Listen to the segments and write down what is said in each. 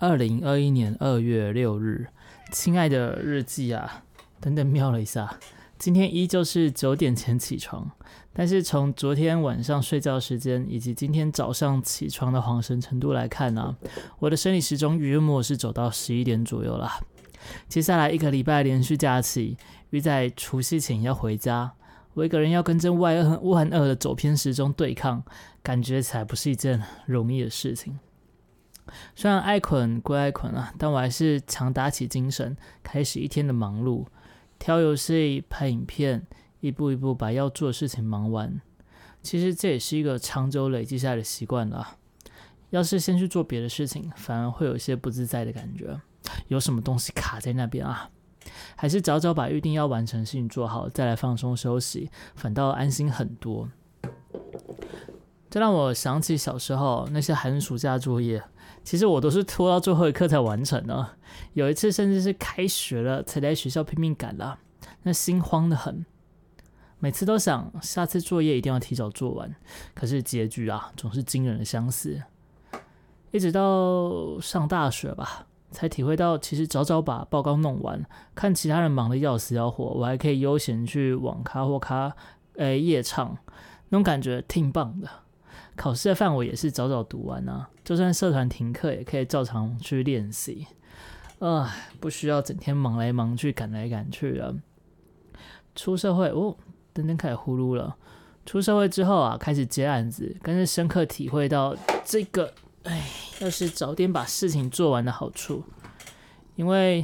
2021年2月6日，亲爱的日记啊，等等瞄了一下，今天依旧是9点前起床，但是从昨天晚上睡觉时间以及今天早上起床的恍神程度来看啊，我的生理时钟约莫是走到11点左右啦。接下来1个礼拜连续假期，预在除夕前要回家，我一个人要跟这乌汉2的走偏时钟对抗，感觉起来不是一件容易的事情。虽然爱睏归爱睏啊，但我还是强打起精神，开始一天的忙碌，挑游戏、拍影片，一步一步把要做的事情忙完。其实这也是一个长久累积下来的习惯啦。要是先去做别的事情，反而会有一些不自在的感觉，有什么东西卡在那边啊？还是早早把预定要完成的事情做好，再来放松休息，反倒安心很多。这让我想起小时候那些寒暑假作业，其实我都是拖到最后一刻才完成的。有一次甚至是开学了才在学校拼命赶啦，那心慌得很。每次都想下次作业一定要提早做完，可是结局啊总是惊人的相似。一直到上大学吧，才体会到其实早早把报告弄完，看其他人忙得要死要活，我还可以悠闲去网咖或夜唱，那种感觉挺棒的。考试的范围也是早早读完啊，就算社团停课也可以照常去练习，不需要整天忙来忙去赶来赶去了。出社会等等开始呼噜了。出社会之后啊，开始接案子，更是深刻体会到这个要是早点把事情做完的好处。因为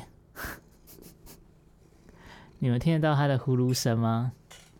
你们听得到他的呼噜声吗？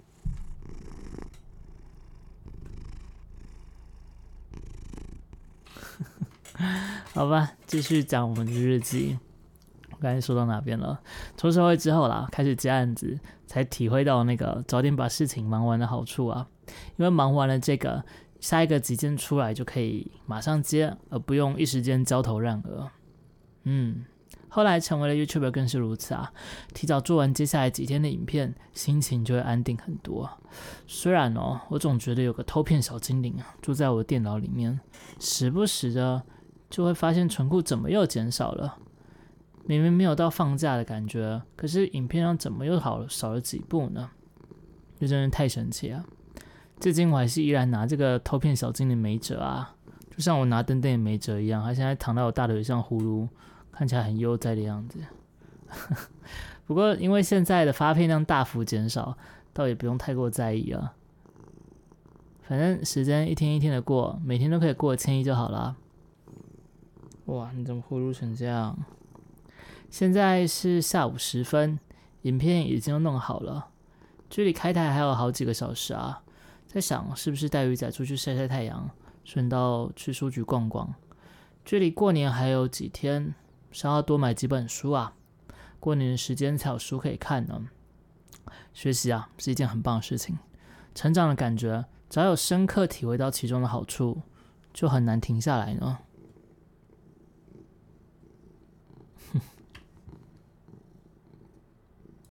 好吧，继续讲我们的日记。我刚才说到哪边了？出社会之后啦，开始接案子，才体会到那个早点把事情忙完的好处啊。因为忙完了这个，下一个几件出来就可以马上接，而不用一时间焦头烂额。后来成为了 YouTuber 更是如此啊。提早做完接下来几天的影片，心情就会安定很多。虽然我总觉得有个偷骗小精灵住在我的电脑里面，时不时的就会发现存库怎么又减少了。明明没有到放假的感觉，可是影片上怎么又少了几部呢？这真的太神奇了。至今我还是依然拿这个偷骗小精灵没辙啊，就像我拿灯灯也没辙一样。他现在躺在我大腿上呼噜，看起来很悠哉的样子。不过因为现在的发片量大幅减少，倒也不用太过在意了。反正时间一天一天的过，每天都可以过1000亿就好了。哇，你怎么呼噜成这样？现在是下午10分，影片已经都弄好了，距离开台还有好几个小时啊。在想是不是带鱼仔出去晒晒太阳，顺道去书局逛逛。距离过年还有几天，想要多买几本书啊，过年的时间才有书可以看呢。学习啊是一件很棒的事情，成长的感觉，只要有深刻体会到其中的好处，就很难停下来呢。